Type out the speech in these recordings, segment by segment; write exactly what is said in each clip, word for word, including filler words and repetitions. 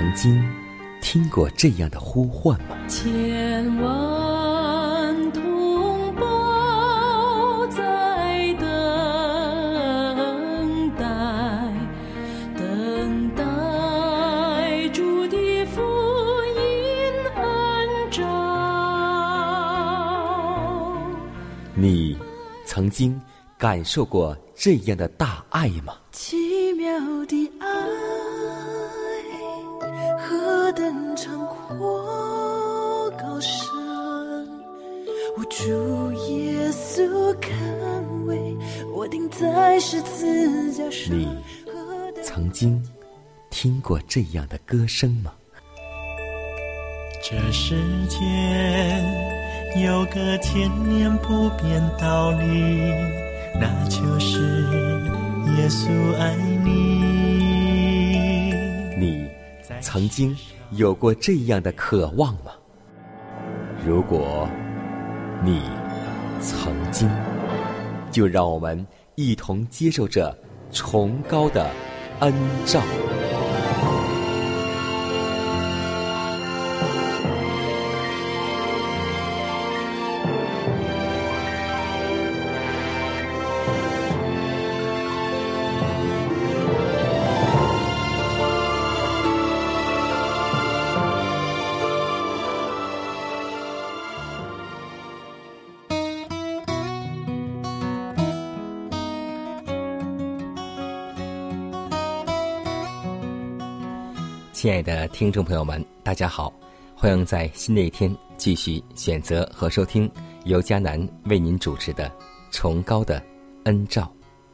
曾经听过这样的呼唤吗？ 千万同胞在等待，等待主的福音恩召。 你曾经感受过这样的大爱吗？ 奇妙的爱，何等长阔高深，我主耶稣看为我钉在十字架上。 你曾经听过这样的歌声吗？ 这世间有个千年不变道理，那就是耶稣爱你。 你曾经有过这样的渴望吗？如果你曾经，就让我们一同接受这崇高的恩召。 亲爱的听众朋友们，大家好，欢迎在新的一天继续选择和收听由迦南为您主持的崇高的恩召。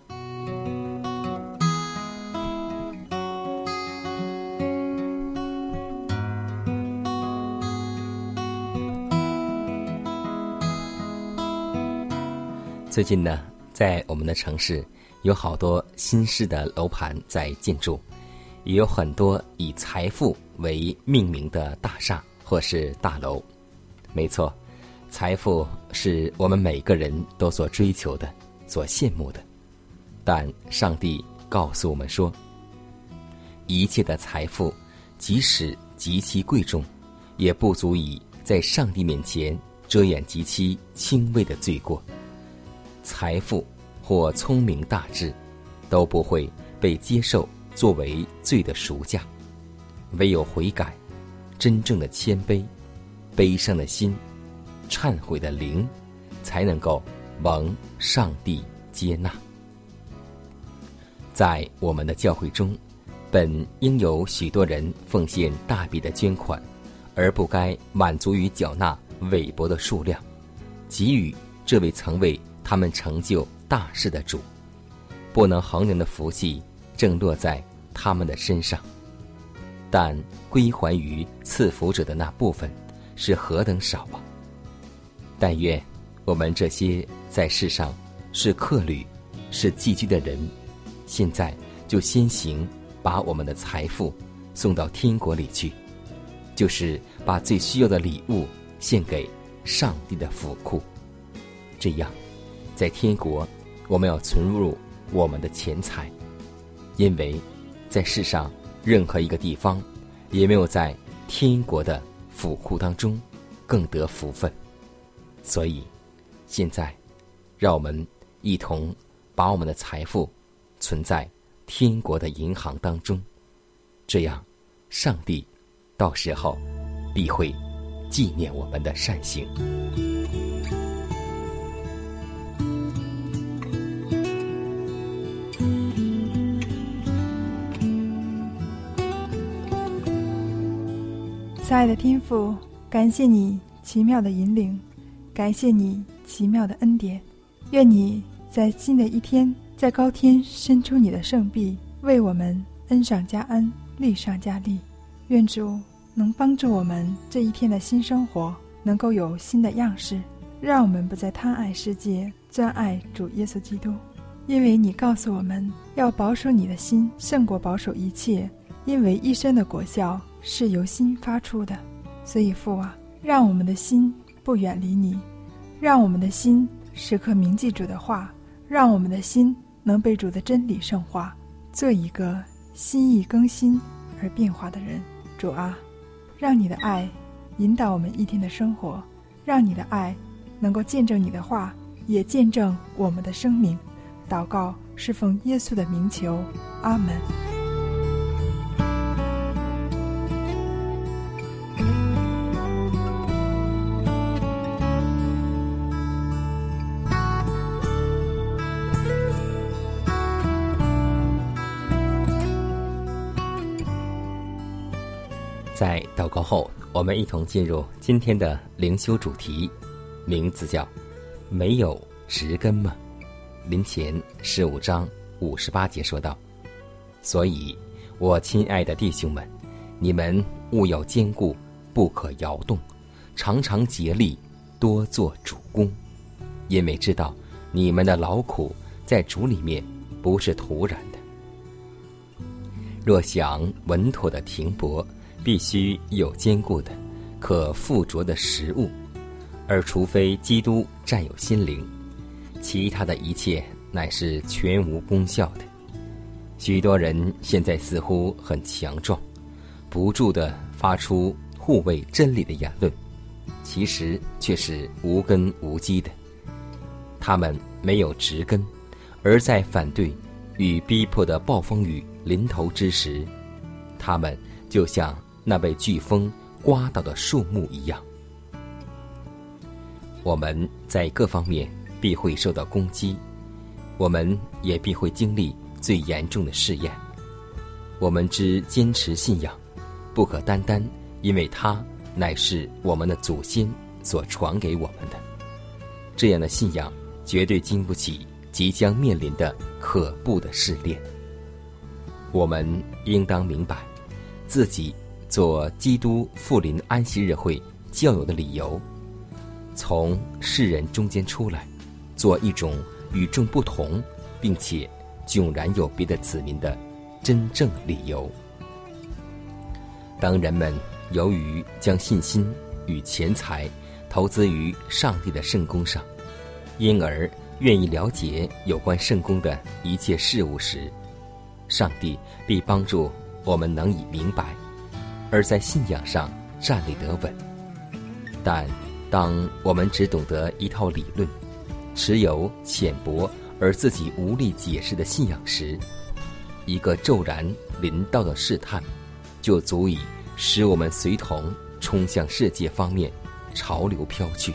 最近呢，在我们的城市有好多新式的楼盘在建筑，也有很多以财富为命名的大厦或是大楼。没错，财富是我们每个人都所追求的，所羡慕的。但上帝告诉我们说，一切的财富即使极其贵重，也不足以在上帝面前遮掩极其轻微的罪过。财富或聪明大智都不会被接受作为罪的赎价，唯有悔改、真正的谦卑、悲伤的心、忏悔的灵，才能够蒙上帝接纳。在我们的教会中，本应有许多人奉献大笔的捐款，而不该满足于缴纳微薄的数量，给予这位曾为他们成就大事的主。不能衡量的福气正落在他们的身上，但归还于赐福者的那部分是何等少啊！但愿我们这些在世上是客旅、是寄居的人，现在就先行把我们的财富送到天国里去，就是把最需要的礼物献给上帝的府库。这样，在天国我们要存入我们的钱财，因为在世上任何一个地方也没有在天国的府库当中更得福分。所以现在让我们一同把我们的财富存在天国的银行当中，这样上帝到时候必会纪念我们的善行。 亲爱的天父，感谢你奇妙的引领，感谢你奇妙的恩典。愿你在新的一天，在高天伸出你的圣臂，为我们恩上加恩，利上加利。愿主能帮助我们这一天的新生活能够有新的样式，让我们不再贪爱世界，专爱主耶稣基督。因为你告诉我们要保守你的心胜过保守一切，因为一生的果效是由心发出的。所以父啊，让我们的心不远离你，让我们的心时刻铭记主的话，让我们的心能被主的真理圣化，做一个心意更新而变化的人。 主啊，让你的爱引导我们一天的生活，让你的爱能够见证你的话，也见证我们的生命。祷告是奉耶稣的名求，阿们。 在祷告后，我们一同进入今天的灵修主题，名字叫没有植根吗？林前十五章五十八节说道，所以我亲爱的弟兄们，你们务要坚固，不可摇动，常常竭力，多做主工，因为知道你们的劳苦在主里面不是徒然的。若想稳妥的停泊，必须有坚固的可附着的食物，而除非基督占有心灵，其他的一切乃是全无功效的。许多人现在似乎很强壮，不住地发出护卫真理的言论，其实却是无根无基的。他们没有植根，而在反对与逼迫的暴风雨临头之时，他们就像那被飓风刮倒的树木一样。我们在各方面必会受到攻击，我们也必会经历最严重的试验。我们之坚持信仰，不可单单因为它乃是我们的祖先所传给我们的，这样的信仰绝对经不起即将面临的可怖的试炼。我们应当明白自己做基督复临安息日会教友的理由，从世人中间出来，做一种与众不同并且迥然有别的子民的真正理由。当人们由于将信心与钱财投资于上帝的圣工上，因而愿意了解有关圣工的一切事物时，上帝必帮助我们能以明白，而在信仰上站立得稳。但当我们只懂得一套理论，持有浅薄而自己无力解释的信仰时，一个骤然临到的试探就足以使我们随同冲向世界方面潮流飘去。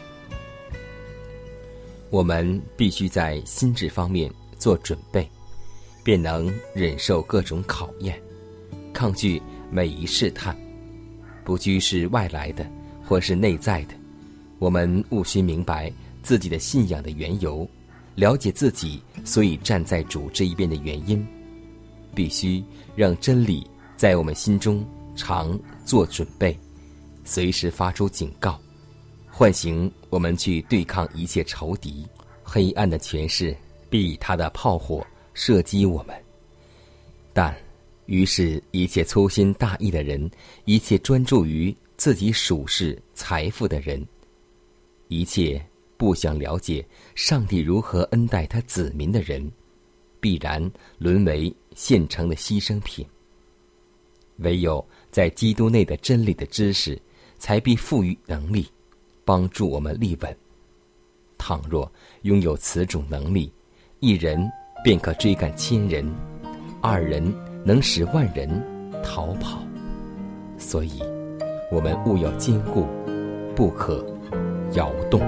我们必须在心智方面做准备，便能忍受各种考验，抗拒每一试探，不拘是外来的或是内在的。我们务须明白自己的信仰的缘由，了解自己所以站在主这一边的原因，必须让真理在我们心中常做准备，随时发出警告，唤醒我们去对抗一切仇敌。黑暗的权势必以他的炮火射击我们，但于是一切粗心大意的人，一切专注于自己属世财富的人，一切不想了解上帝如何恩待他子民的人，必然沦为现成的牺牲品。唯有在基督内的真理的知识，才必赋予能力，帮助我们立稳。倘若拥有此种能力，一人便可追赶千人，二人能使万人逃跑。所以我们务要坚固，不可摇动。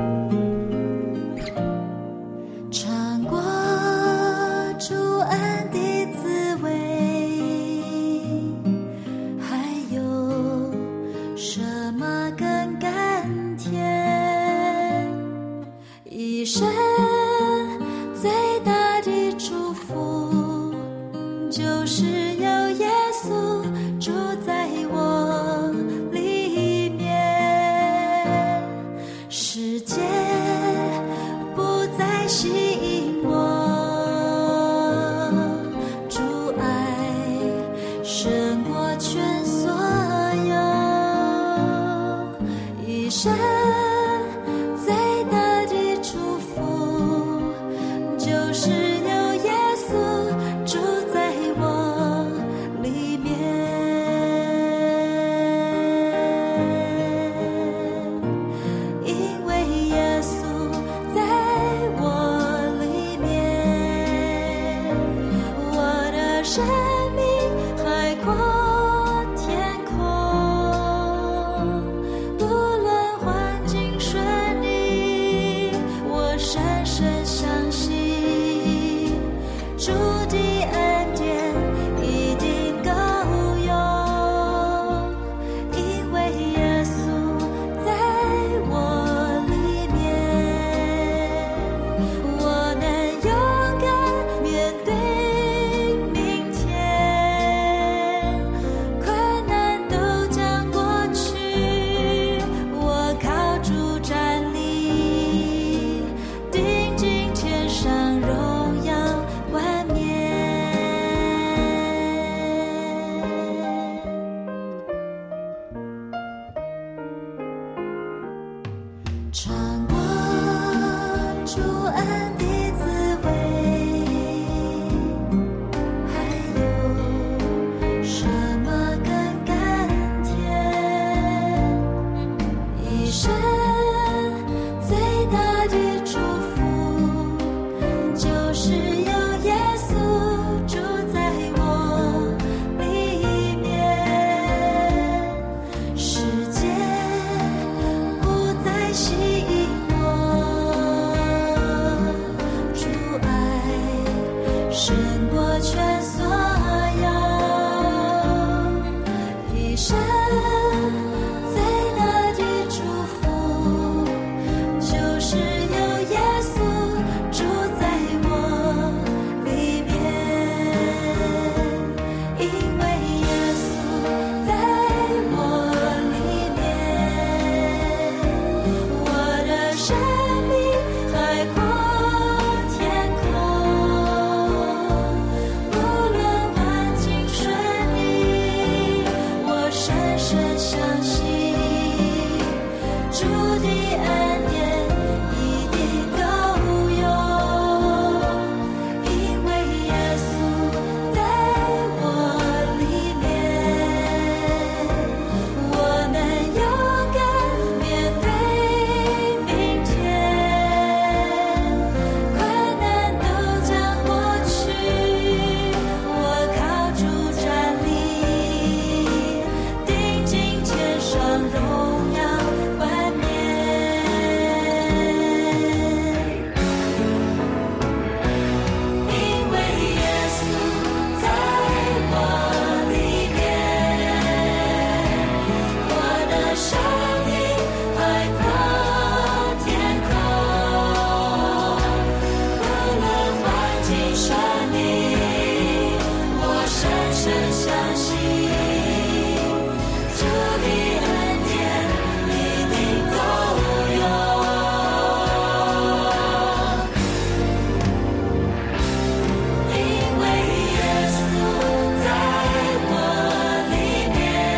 尝过主恩的滋味，还有什么更甘甜？一生最大的祝福，就是有耶稣住在我里面，世界不再吸引我，主爱胜过全所有，一生最大的祝福，就是有耶稣住在我生命海阔天空，不论环境顺利，我深深相信主的恩典一定够用，因为耶稣在我里面，我能勇敢面对明天，困难都将过去，我靠主站立，定睛天上荣耀冠冕。尝过主恩的滋味，还有什么更甘甜？一生最大的祝福，就是有耶稣住在我里面，世界不再吸引我，主爱胜过全所有，一生最大的祝福，就是有耶稣住在我里面，因为耶稣在我里面，我的生命海阔天空，不论环境顺利，我深深相信主的恩典一定够用，因为耶稣在我里面，我能勇敢面对明天，困难都将过去，我靠主站立，定睛天上荣耀冠冕。因为耶稣在我里面，我的生命海阔天空，不论环境顺利，我深深相信主的恩典一定够用，因为耶稣在我里面，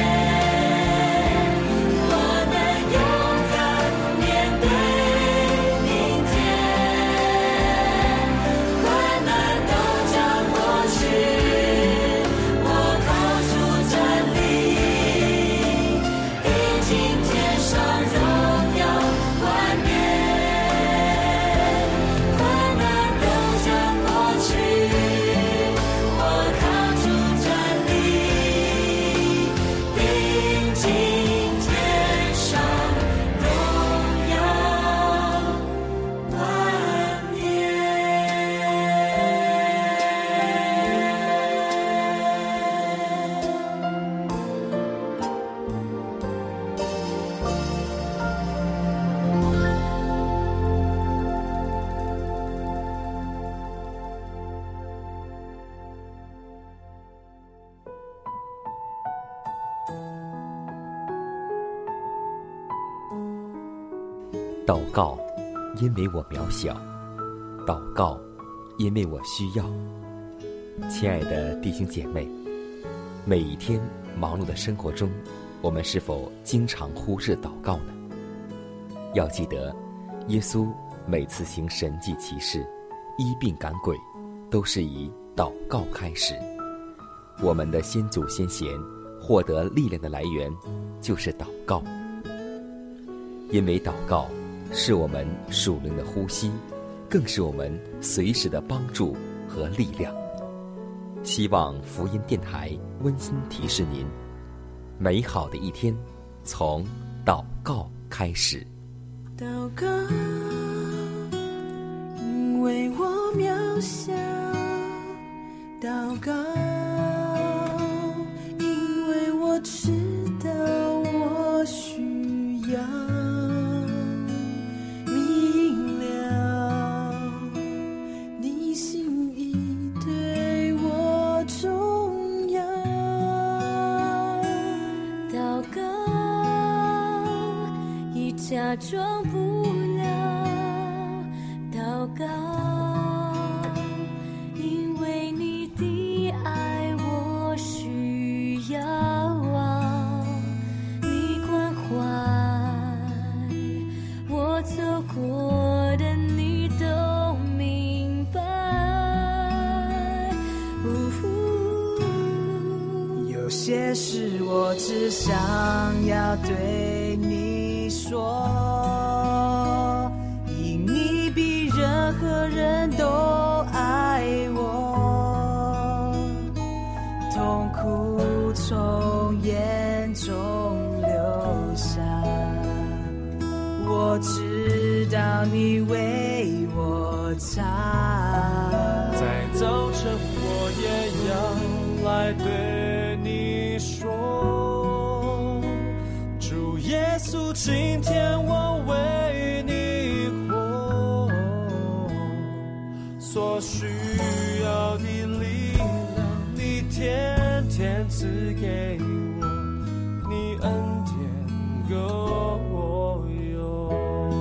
我能勇敢面对明天，困难都将过去，我靠主站立，定睛天上荣耀冠冕，困难都将过去，我靠主站立，定睛天上荣耀冠冕。 祷告，因为我渺小；祷告，因为我需要。亲爱的弟兄姐妹，每一天忙碌的生活中，我们是否经常忽视祷告呢？要记得，耶稣每次行神迹奇事、医病赶鬼，都是以祷告开始。我们的先祖先贤获得力量的来源，就是祷告。因为祷告是我们属灵的呼吸，更是我们随时的帮助和力量。 希望福音电台温馨提示您：美好的一天从祷告开始。 祷告，因为我渺小；祷告，因为我知道我需要明了你心意对我重要。 祷告，已假装不了；祷告，因为你的爱我需要啊，你关怀我走过的你都明白。 有些事我只想要对你说，因你比任何人都爱我，痛苦从眼中流下，我知道你为我擦。 在早晨我也要来对你说，主耶稣，今天我为你活，所需要的力量你天天赐给我，你恩典够我用。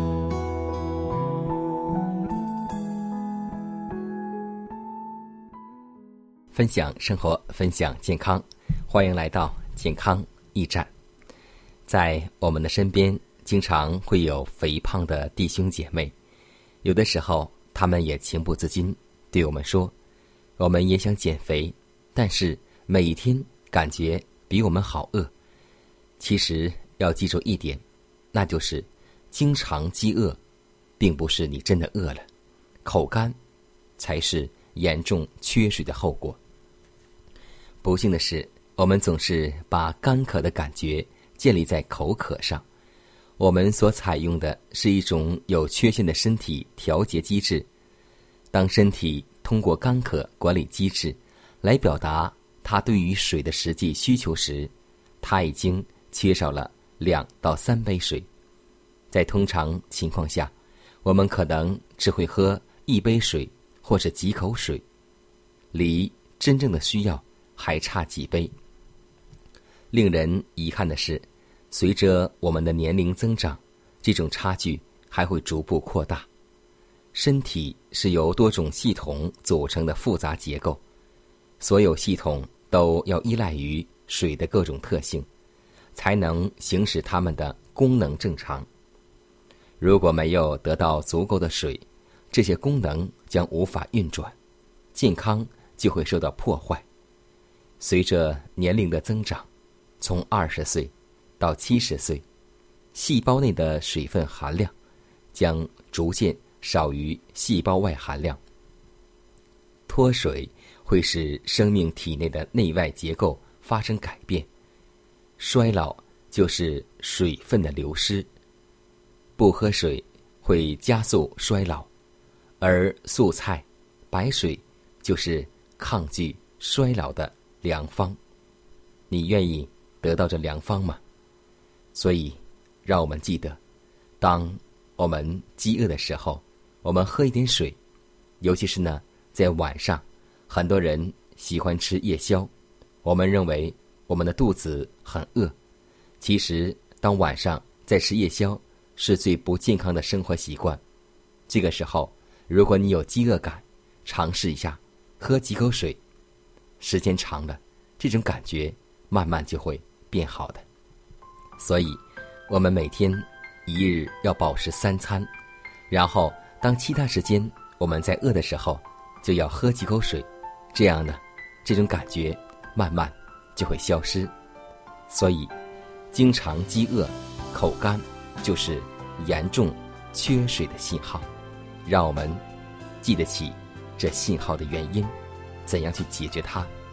分享生活，分享健康，欢迎来到健康驿站。在我们的身边经常会有肥胖的弟兄姐妹，有的时候他们也情不自禁对我们说，我们也想减肥，但是每一天感觉比我们好饿。其实要记住一点，那就是经常饥饿并不是你真的饿了，口干才是严重缺水的后果。不幸的是，我们总是把干渴的感觉建立在口渴上。我们所采用的是一种有缺陷的身体调节机制。当身体通过干渴管理机制来表达它对于水的实际需求时，它已经缺少了两到三杯水。在通常情况下，我们可能只会喝一杯水或是几口水，离真正的需要还差几杯。令人遗憾的是，随着我们的年龄增长，这种差距还会逐步扩大。身体是由多种系统组成的复杂结构，所有系统都要依赖于水的各种特性，才能行使它们的功能正常。如果没有得到足够的水，这些功能将无法运转，健康就会受到破坏。随着年龄的增长，从二十岁到七十岁，细胞内的水分含量将逐渐少于细胞外含量。脱水会使生命体内的内外结构发生改变，衰老就是水分的流失。不喝水会加速衰老，而素菜、白水就是抗拒衰老的良方。你愿意得到这良方吗？所以让我们记得，当我们饥饿的时候，我们喝一点水。尤其是呢，在晚上，很多人喜欢吃夜宵，我们认为我们的肚子很饿。其实当晚上在吃夜宵是最不健康的生活习惯。这个时候，如果你有饥饿感，尝试一下喝几口水，时间长了，这种感觉慢慢就会变好的。所以我们每天一日要保持三餐，然后当其他时间我们在饿的时候，就要喝几口水，这样呢，这种感觉慢慢就会消失。所以经常饥饿、口干就是严重缺水的信号。让我们记得起这信号的原因，怎样去解决它，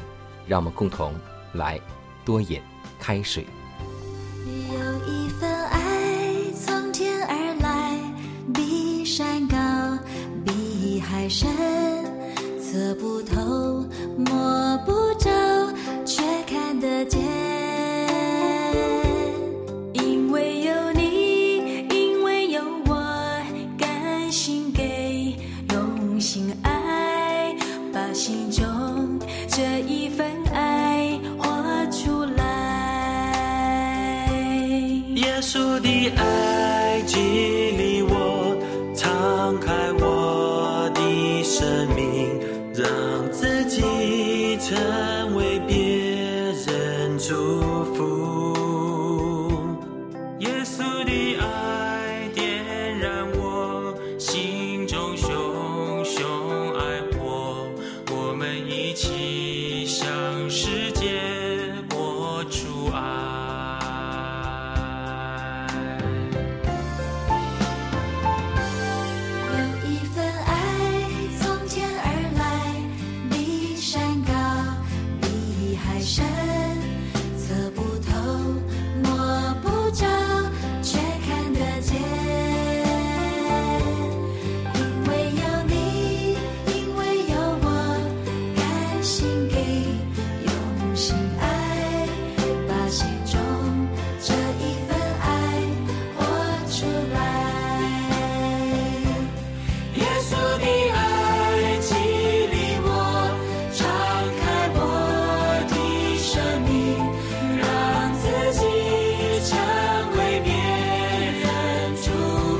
让我们共同来多饮开水。 有一份爱从天而来，比山高，比海深，测不透，摸不着，却看得见。因为有你，因为有我，甘心给，用心爱，把心中这一份爱活出来。 耶稣的爱激励我，敞开我的生命，让自己成为别人祝福。耶稣的爱点燃我心中熊熊爱火，我们一起向世界播出爱。 有一份爱从天而来，比山高，比海深，测不透，摸不着，却看得见。因为有你，因为有我，甘心给，用心爱，把心中这一份爱活出来。 耶稣的爱激励我，敞开我的生命，让自己成为别人祝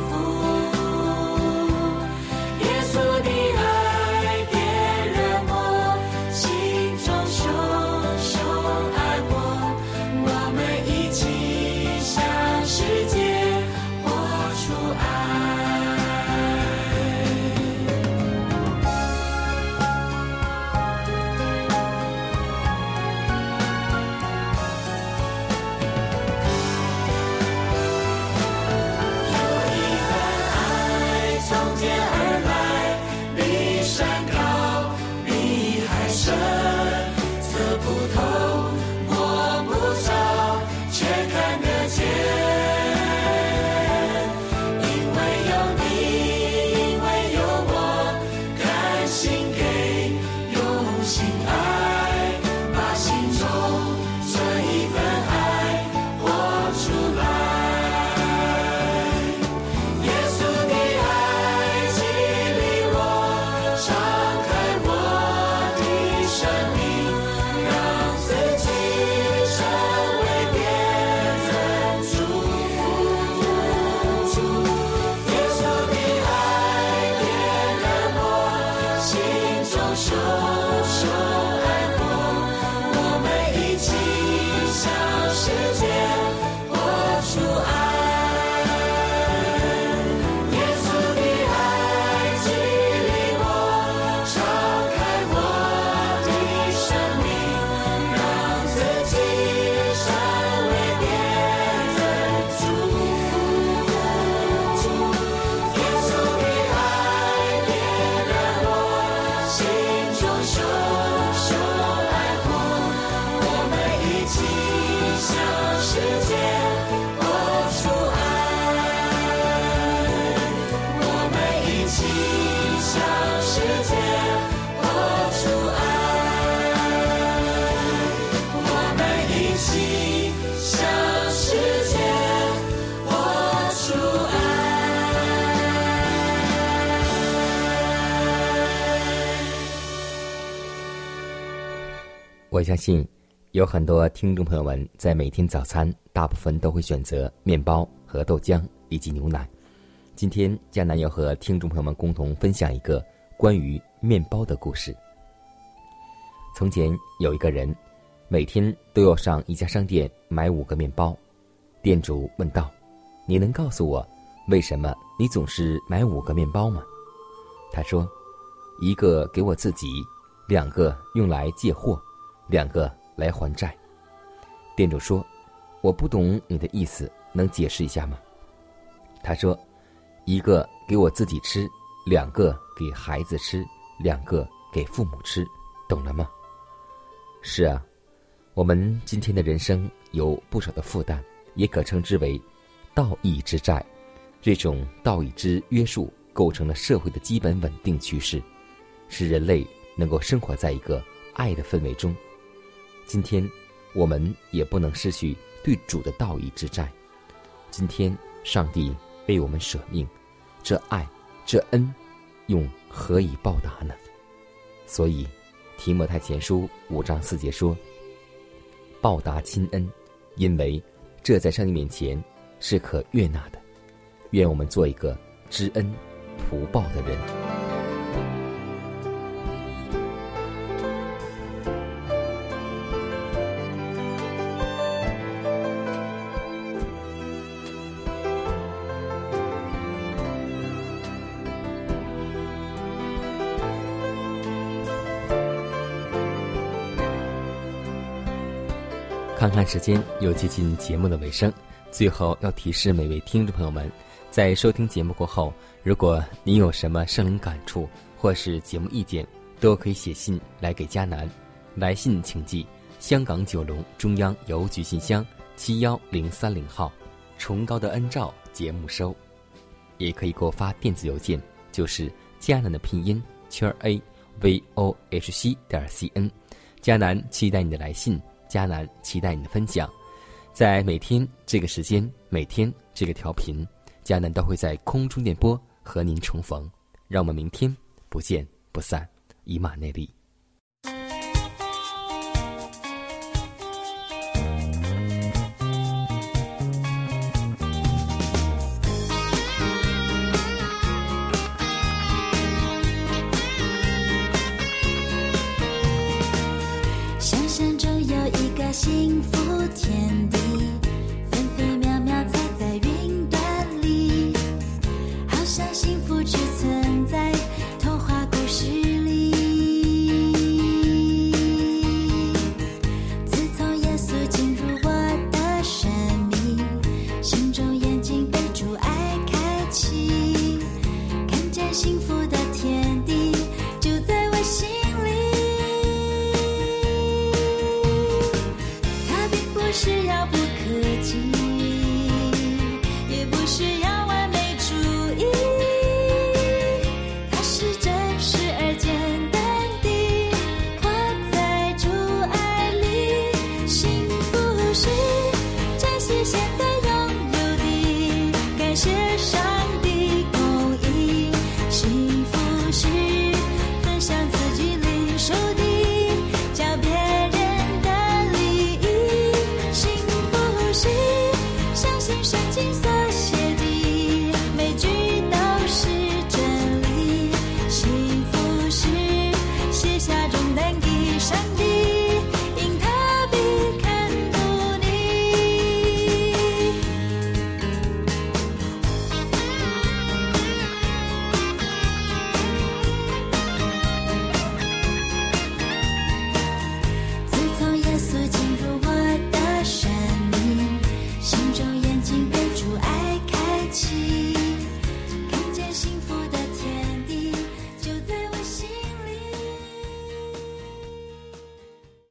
福。耶稣的爱点燃我心中熊熊爱火，我们一起向世界活出爱。有一份爱从天而来，比山高，比海深，测不透，摸不着，却看得见。因为有你，因为有我，甘心给，用心爱，把心中这一份爱活出来。耶稣的爱激励我，敞开我的生命，让自己成为别人祝福。耶稣的爱点燃我心中熊熊爱火，我们一起向世界播出爱。耶稣的爱激励我，敞开我的生命，让自己成为别人祝福。耶稣的爱点燃我心中熊熊爱火，我们一起向世界播出爱。我们一起向世界播出爱。我们一起向世界播出爱。 我相信有很多听众朋友们在每天早餐大部分都会选择面包和豆浆以及牛奶。今天迦南要和听众朋友们共同分享一个关于面包的故事。从前有一个人，每天都要上一家商店买五个面包。店主问道：你能告诉我，为什么你总是买五个面包吗？他说：一个给我自己，两个用来借货，两个来还债。店主说：我不懂你的意思，能解释一下吗？他说：一个给我自己吃，两个给孩子吃，两个给父母吃，懂了吗？ 是啊，我们今天的人生有不少的负担，也可称之为道义之债。这种道义之约束构成了社会的基本稳定趋势，使人类能够生活在一个爱的氛围中。今天我们也不能失去对主的道义之债。今天上帝为我们舍命，这爱这恩用何以报答呢？所以提摩太前书五章四节说，报答亲恩，因为这在上帝面前是可悦纳的。愿我们做一个知恩图报的人。看看时间，又接近节目的尾声，最后要提示每位听众朋友们，在收听节目过后，如果您有什么圣灵感触或是节目意见，都可以写信来给迦南。来信请寄香港九龙中央邮局信箱七一零三零号，崇高的恩照节目收。也可以给我发电子邮件，就是迦南的拼音圈 a v o h c 点 c n。迦南期待你的来信，迦南期待你的分享。在每天这个时间，每天这个调频，迦南都会在空中电波和您重逢。让我们明天不见不散，以马内利。 想象中有一个幸福天地，